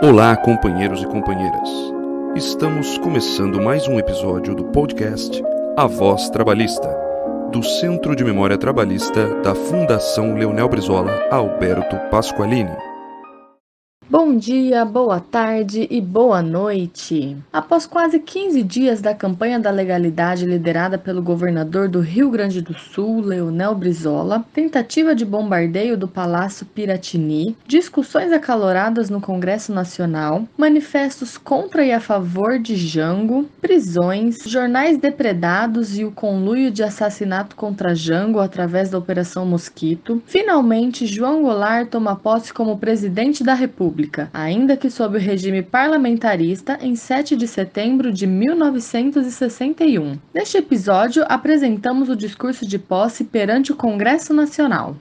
Olá, companheiros e companheiras. Estamos começando mais um episódio do podcast A Voz Trabalhista, do Centro de Memória Trabalhista da Fundação Leonel Brizola Alberto Pasqualini. Bom dia, boa tarde e boa noite. Após quase 15 dias da campanha da legalidade liderada pelo governador do Rio Grande do Sul, Leonel Brizola, tentativa de bombardeio do Palácio Piratini, discussões acaloradas no Congresso Nacional, manifestos contra e a favor de Jango, prisões, jornais depredados e o conluio de assassinato contra Jango através da Operação Mosquito, finalmente João Goulart toma posse como presidente da República, ainda que sob o regime parlamentarista, em 7 de setembro de 1961. Neste episódio, apresentamos o discurso de posse perante o Congresso Nacional.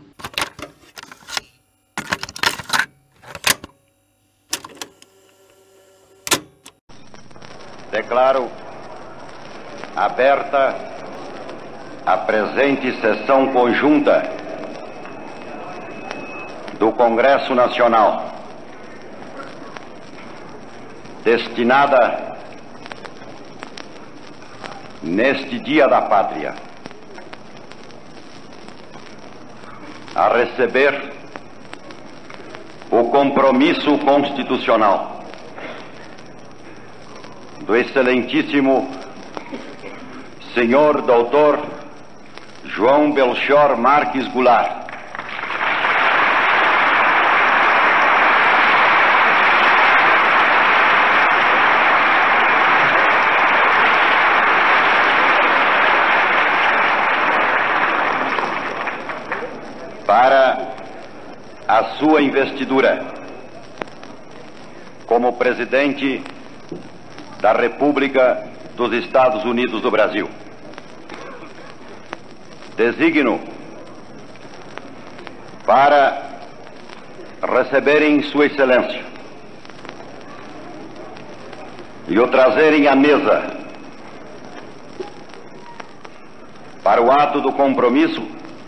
Declaro aberta a presente sessão conjunta do Congresso Nacional, destinada, neste Dia da Pátria, a receber o compromisso constitucional do excelentíssimo senhor doutor João Belchior Marques Goulart, para a sua investidura como presidente da República dos Estados Unidos do Brasil. Designo para receberem Sua Excelência e o trazerem à mesa para o ato do compromisso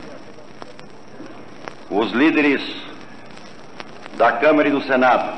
os líderes da Câmara e do Senado,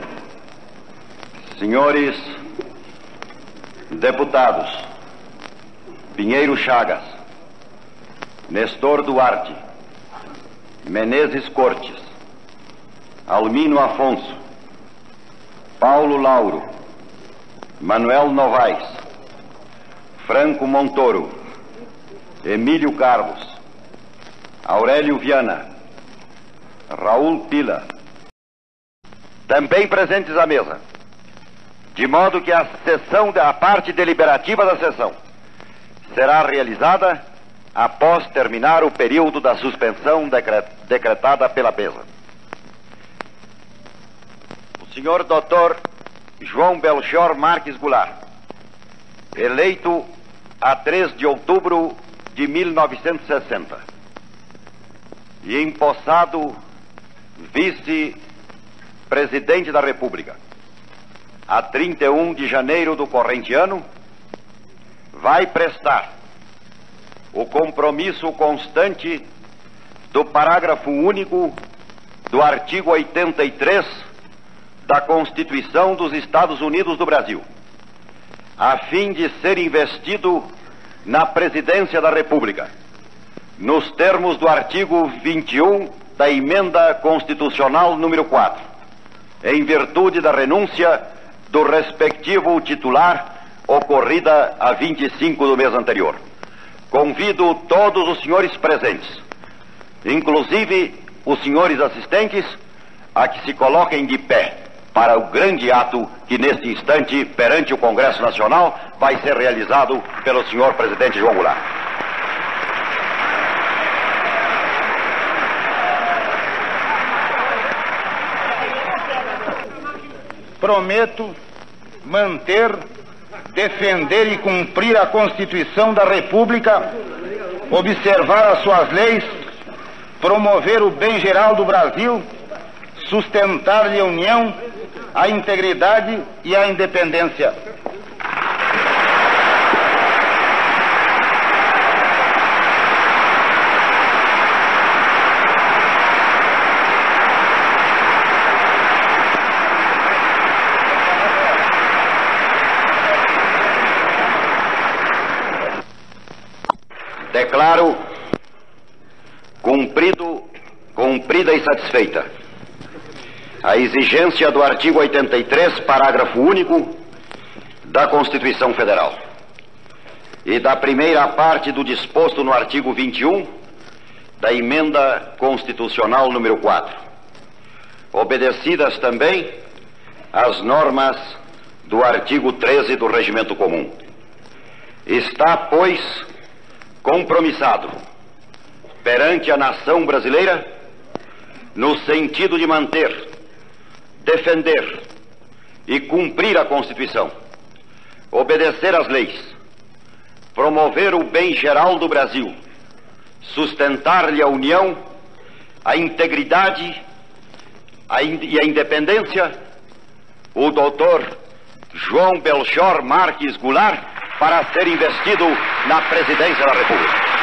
senhores deputados Pinheiro Chagas, Nestor Duarte, Menezes Cortes, Almino Afonso, Paulo Lauro, Manuel Novaes, Franco Montoro, Emílio Carlos, Aurélio Viana, Raul Pila, também presentes à mesa, de modo que a parte deliberativa da sessão será realizada após terminar o período da suspensão decretada pela mesa. O senhor Dr. João Belchior Marques Goulart, eleito a 3 de outubro de 1960 e empossado vice-presidente da República a 31 de janeiro do corrente ano, vai prestar o compromisso constante do parágrafo único do artigo 83 da Constituição dos Estados Unidos do Brasil, a fim de ser investido na presidência da República, nos termos do artigo 21 da Emenda Constitucional número 4, em virtude da renúncia do respectivo titular ocorrida a 25 do mês anterior. Convido todos os senhores presentes, inclusive os senhores assistentes, a que se coloquem de pé para o grande ato que neste instante, perante o Congresso Nacional, vai ser realizado pelo senhor presidente João Goulart. Prometo manter, defender e cumprir a Constituição da República, observar as suas leis, promover o bem geral do Brasil, sustentar-lhe a união, a integridade e a independência. declaro cumprida e satisfeita a exigência do artigo 83, parágrafo único da Constituição Federal e da primeira parte do disposto no artigo 21 da Emenda Constitucional número 4, obedecidas também as normas do artigo 13 do Regimento Comum. Está, pois, compromissado perante a nação brasileira no sentido de manter, defender e cumprir a Constituição, obedecer às leis, promover o bem geral do Brasil, sustentar-lhe a união, a integridade e a independência, o doutor João Belchior Marques Goulart, para ser investido na presidência da República.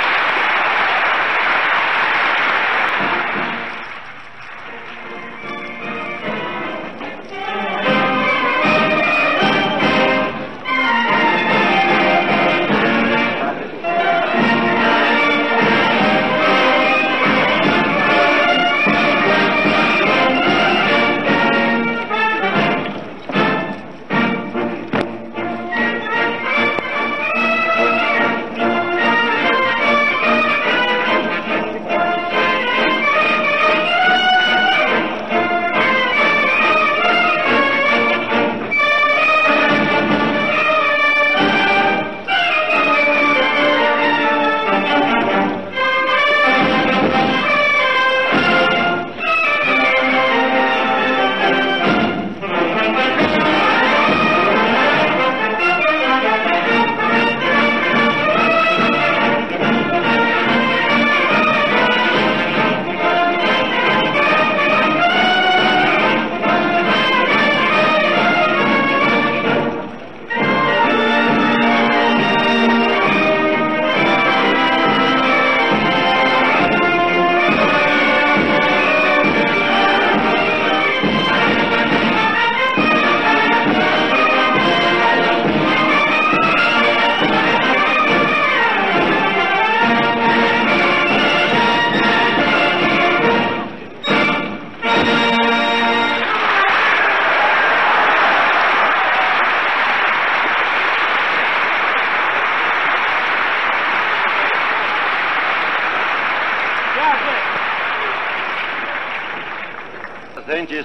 Presentes,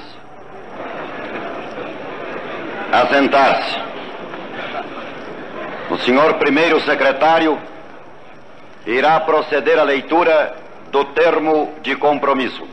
assentar-se. O senhor primeiro secretário irá proceder à leitura do termo de compromisso.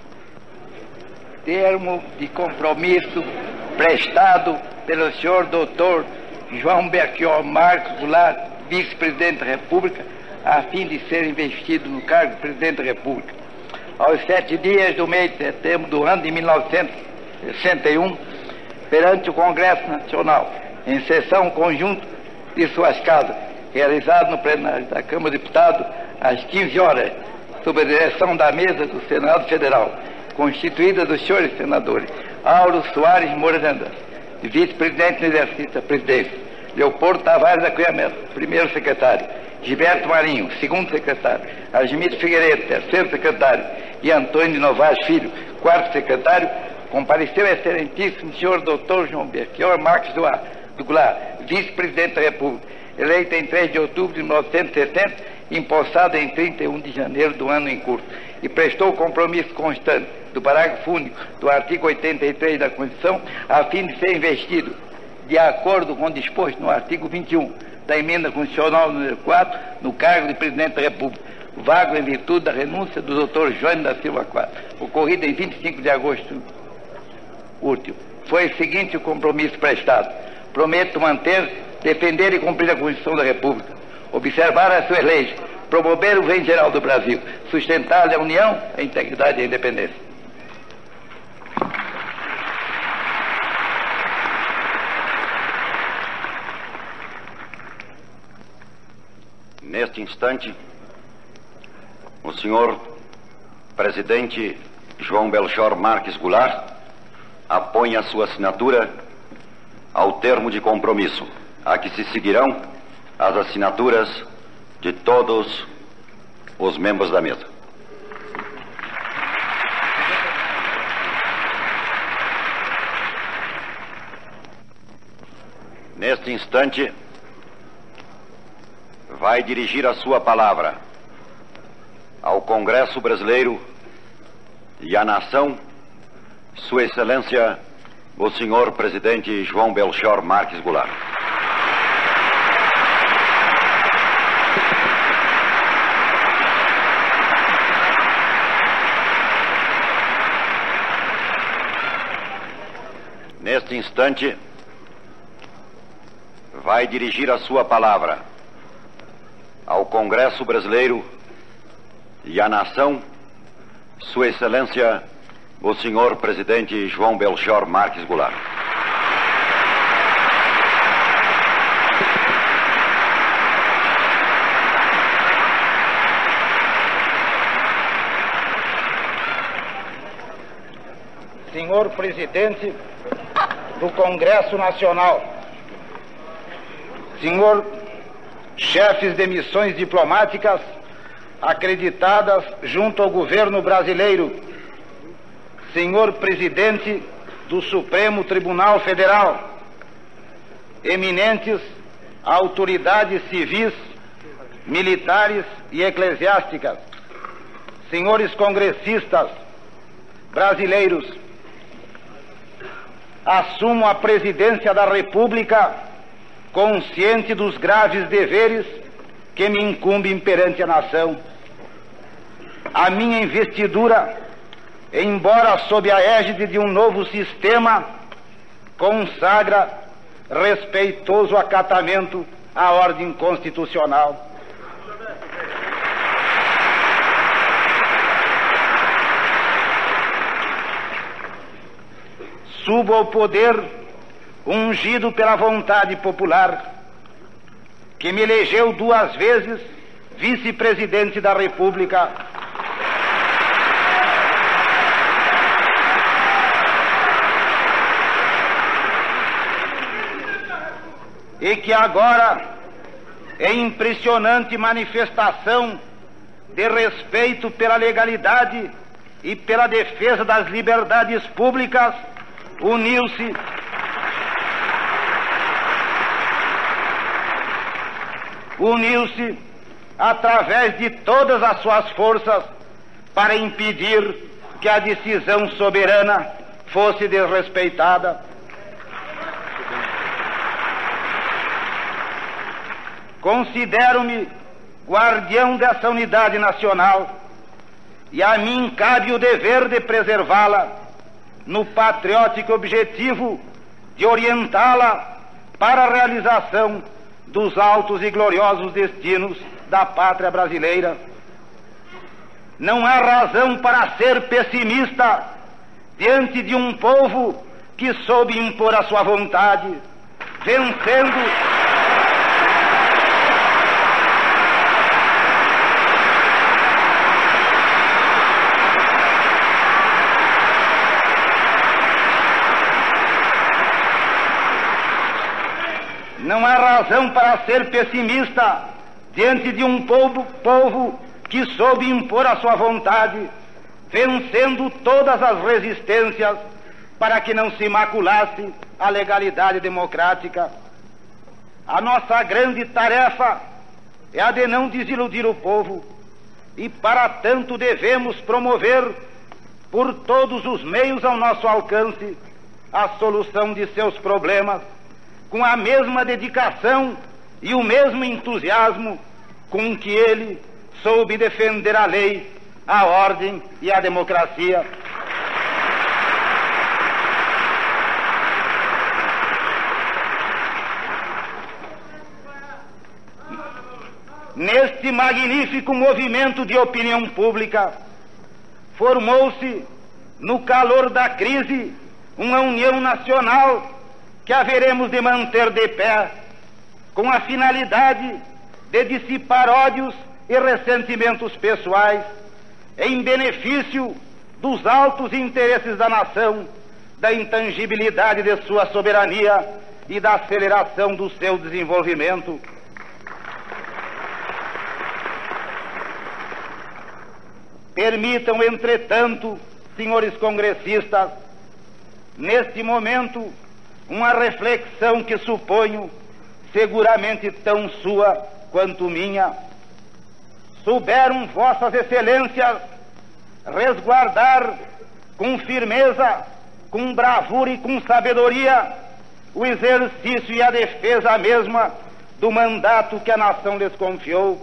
Termo de compromisso prestado pelo senhor doutor João Belchior Marques Goulart, vice-presidente da República, a fim de ser investido no cargo de presidente da República. Aos 7 dias do mês de setembro do ano de 1961, perante o Congresso Nacional, em sessão conjunta de suas casas, realizado no plenário da Câmara dos Deputados, às 15 horas, sob a direção da mesa do Senado Federal, constituída dos senhores senadores Auro Soares Moranda, vice-presidente no exercício da presidência, Leopoldo Tavares da Cunha Melo, primeiro secretário, Gilberto Marinho, segundo secretário, Argimito Figueiredo, terceiro secretário, e Antônio de Novaes Filho, quarto secretário, compareceu o excelentíssimo senhor doutor João Belchior Marques Goulart, vice-presidente da República, eleito em 3 de outubro de 1970, empossado em 31 de janeiro do ano em curso, e prestou compromisso constante do parágrafo único do artigo 83 da Constituição, a fim de ser investido, de acordo com o disposto no artigo 21 da Emenda Constitucional número 4, no cargo de presidente da República, vago em virtude da renúncia do Dr. Jânio da Silva IV, ocorrida em 25 de agosto último. Foi o seguinte o compromisso prestado: prometo manter, defender e cumprir a Constituição da República, observar as suas leis, promover o bem geral do Brasil, sustentar a união, a integridade e a independência. Neste instante, o senhor presidente João Belchior Marques Goulart apõe a sua assinatura ao termo de compromisso, a que se seguirão as assinaturas de todos os membros da mesa. Neste instante, vai dirigir a sua palavra ao Congresso Brasileiro e à nação, Sua Excelência, o senhor presidente João Belchior Marques Goulart. Neste instante, vai dirigir a sua palavra ao Congresso Brasileiro e à nação, Sua Excelência, o senhor presidente João Belchior Marques Goulart. Senhor presidente do Congresso Nacional, senhor chefes de missões diplomáticas acreditadas junto ao governo brasileiro, senhor presidente do Supremo Tribunal Federal, eminentes autoridades civis, militares e eclesiásticas, senhores congressistas brasileiros, assumo a presidência da República consciente dos graves deveres que me incumbem perante a nação. A minha investidura, embora sob a égide de um novo sistema, consagra respeitoso acatamento à ordem constitucional. Subo ao poder ungido pela vontade popular, que me elegeu 2 vezes vice-presidente da República. E que agora, em impressionante manifestação de respeito pela legalidade e pela defesa das liberdades públicas, uniu-se através de todas as suas forças para impedir que a decisão soberana fosse desrespeitada. Considero-me guardião dessa unidade nacional e a mim cabe o dever de preservá-la no patriótico objetivo de orientá-la para a realização dos altos e gloriosos destinos da pátria brasileira. Não há razão para ser pessimista diante de um povo que soube impor a sua vontade, vencendo Não há razão para ser pessimista diante de um povo que soube impor a sua vontade, vencendo todas as resistências para que não se maculasse a legalidade democrática. A nossa grande tarefa é a de não desiludir o povo e, para tanto, devemos promover por todos os meios ao nosso alcance a solução de seus problemas, com a mesma dedicação e o mesmo entusiasmo com que ele soube defender a lei, a ordem e a democracia. Neste magnífico movimento de opinião pública, formou-se, no calor da crise, uma união nacional que haveremos de manter de pé, com a finalidade de dissipar ódios e ressentimentos pessoais, em benefício dos altos interesses da nação, da intangibilidade de sua soberania e da aceleração do seu desenvolvimento. Permitam, entretanto, senhores congressistas, neste momento, uma reflexão que suponho seguramente tão sua quanto minha. Souberam vossas excelências resguardar com firmeza, com bravura e com sabedoria o exercício e a defesa mesma do mandato que a nação lhes confiou.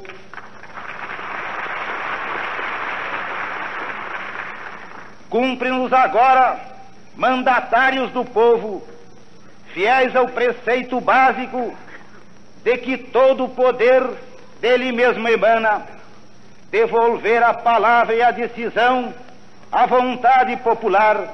Cumpre-nos agora, mandatários do povo, fiéis ao preceito básico de que todo o poder dele mesmo emana, devolver a palavra e a decisão à vontade popular.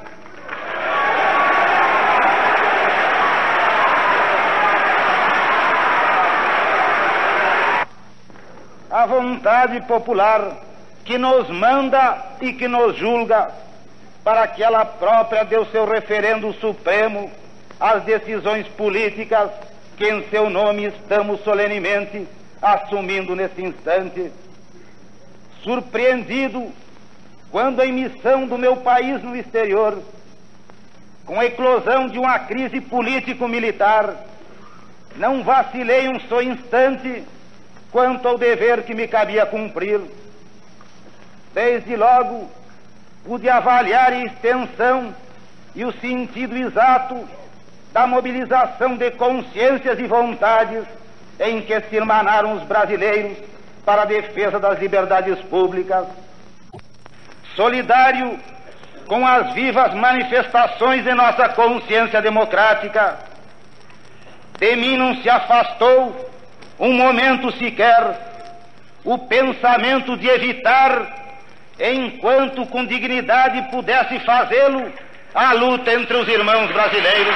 A vontade popular que nos manda e que nos julga, para que ela própria dê o seu referendo supremo às decisões políticas que em seu nome estamos solenemente assumindo nesse instante. Surpreendido quando a missão do meu país no exterior, com a eclosão de uma crise político-militar, não vacilei um só instante quanto ao dever que me cabia cumprir. Desde logo, pude avaliar a extensão e o sentido exato da mobilização de consciências e vontades em que se irmanaram os brasileiros para a defesa das liberdades públicas. Solidário com as vivas manifestações de nossa consciência democrática, de mim não se afastou um momento sequer o pensamento de evitar, enquanto com dignidade pudesse fazê-lo, a luta entre os irmãos brasileiros.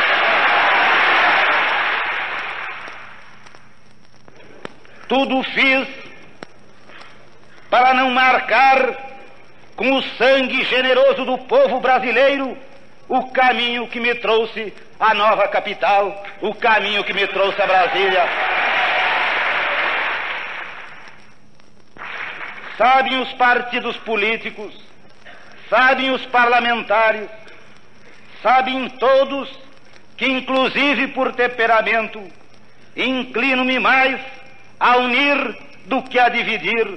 Tudo fiz para não marcar com o sangue generoso do povo brasileiro o caminho que me trouxe à nova capital, o caminho que me trouxe a Brasília. Sabem os partidos políticos, sabem os parlamentares, sabem todos que, inclusive por temperamento, inclino-me mais a unir do que a dividir.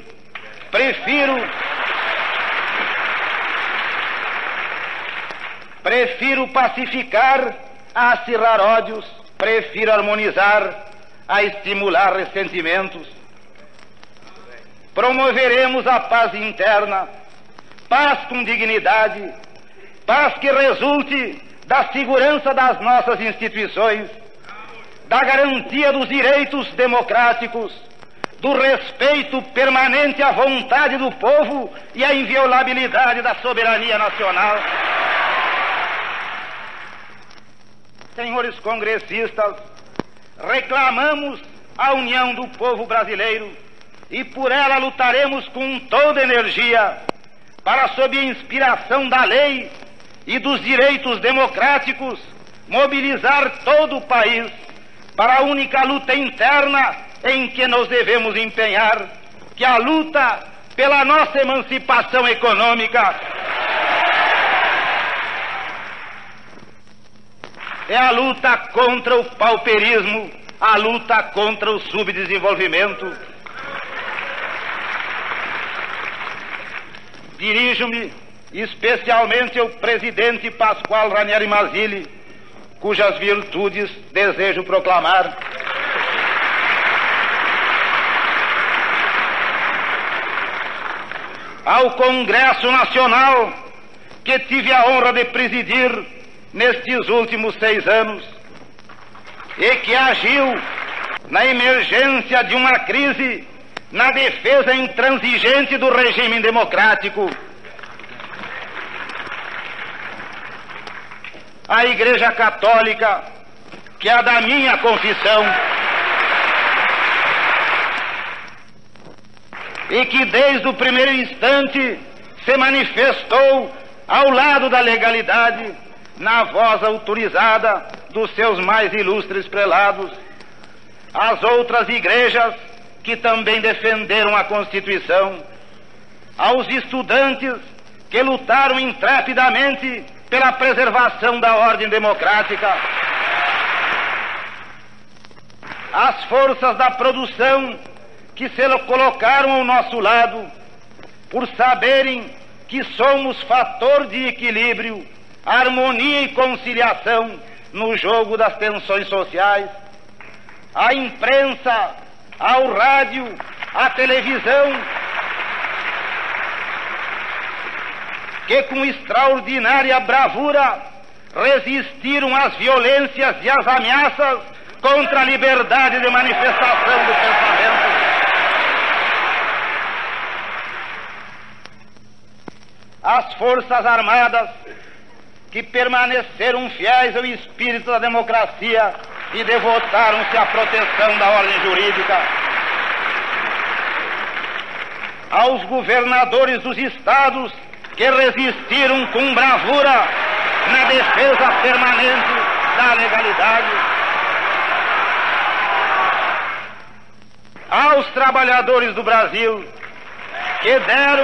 Prefiro pacificar a acirrar ódios, prefiro harmonizar a estimular ressentimentos. Promoveremos a paz interna, paz com dignidade, paz que resulte da segurança das nossas instituições, da garantia dos direitos democráticos, do respeito permanente à vontade do povo e à inviolabilidade da soberania nacional. Senhores congressistas, reclamamos a união do povo brasileiro e por ela lutaremos com toda energia para, sob a inspiração da lei e dos direitos democráticos, mobilizar todo o país para a única luta interna em que nos devemos empenhar, que é a luta pela nossa emancipação econômica. É a luta contra o pauperismo, a luta contra o subdesenvolvimento. Dirijo-me especialmente ao presidente Pascoal Ranieri Mazzilli, cujas virtudes desejo proclamar. Ao Congresso Nacional, que tive a honra de presidir nestes últimos 6 anos, e que agiu na emergência de uma crise na defesa intransigente do regime democrático. A Igreja Católica, que é a da minha confissão, e que desde o primeiro instante se manifestou ao lado da legalidade, na voz autorizada dos seus mais ilustres prelados. As outras igrejas que também defenderam a Constituição, aos estudantes que lutaram intrepidamente pela preservação da ordem democrática, às forças da produção que se colocaram ao nosso lado, por saberem que somos fator de equilíbrio, harmonia e conciliação no jogo das tensões sociais, à imprensa, ao rádio, à televisão, que com extraordinária bravura resistiram às violências e às ameaças contra a liberdade de manifestação do pensamento. As Forças Armadas, que permaneceram fiéis ao espírito da democracia e devotaram-se à proteção da ordem jurídica. Aos governadores dos estados, que resistiram com bravura na defesa permanente da legalidade. Aos trabalhadores do Brasil, que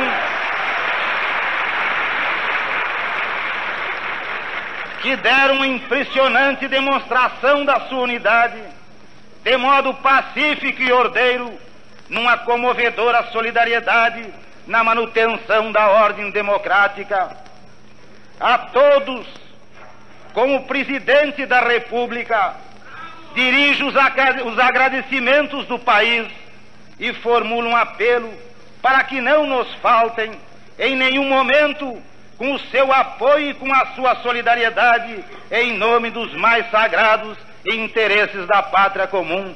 deram uma impressionante demonstração da sua unidade, de modo pacífico e ordeiro, numa comovedora solidariedade na manutenção da ordem democrática. A todos, como presidente da República, dirijo os agradecimentos do país e formulo um apelo para que não nos faltem em nenhum momento com o seu apoio e com a sua solidariedade em nome dos mais sagrados interesses da pátria comum.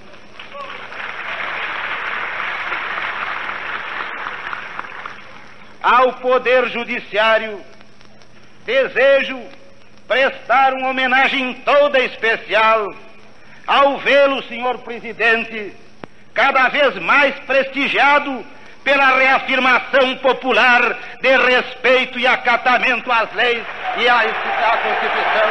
Ao Poder Judiciário, desejo prestar uma homenagem toda especial ao vê-lo, senhor presidente, cada vez mais prestigiado pela reafirmação popular de respeito e acatamento às leis e à Constituição.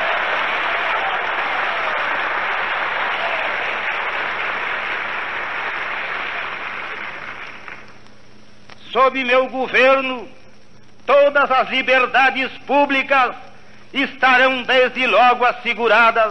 Sob meu governo, todas as liberdades públicas estarão desde logo asseguradas.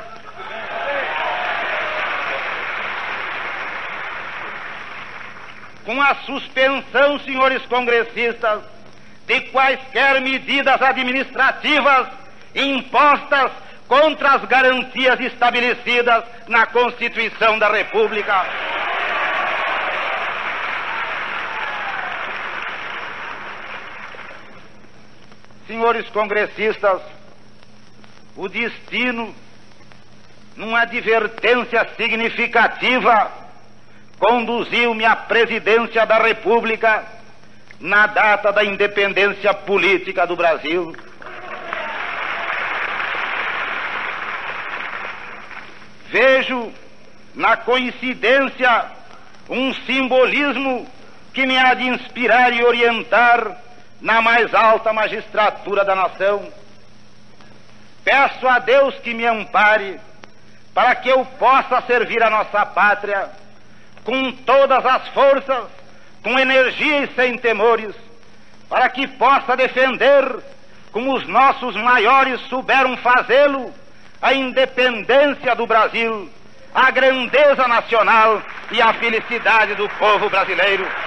Com a suspensão, senhores congressistas, de quaisquer medidas administrativas impostas contra as garantias estabelecidas na Constituição da República. Senhores congressistas, o destino, numa advertência significativa, conduziu-me à presidência da República na data da independência política do Brasil. Vejo na coincidência um simbolismo que me há de inspirar e orientar na mais alta magistratura da nação. Peço a Deus que me ampare para que eu possa servir a nossa pátria com todas as forças, com energia e sem temores, para que possa defender, como os nossos maiores souberam fazê-lo, a independência do Brasil, a grandeza nacional e a felicidade do povo brasileiro.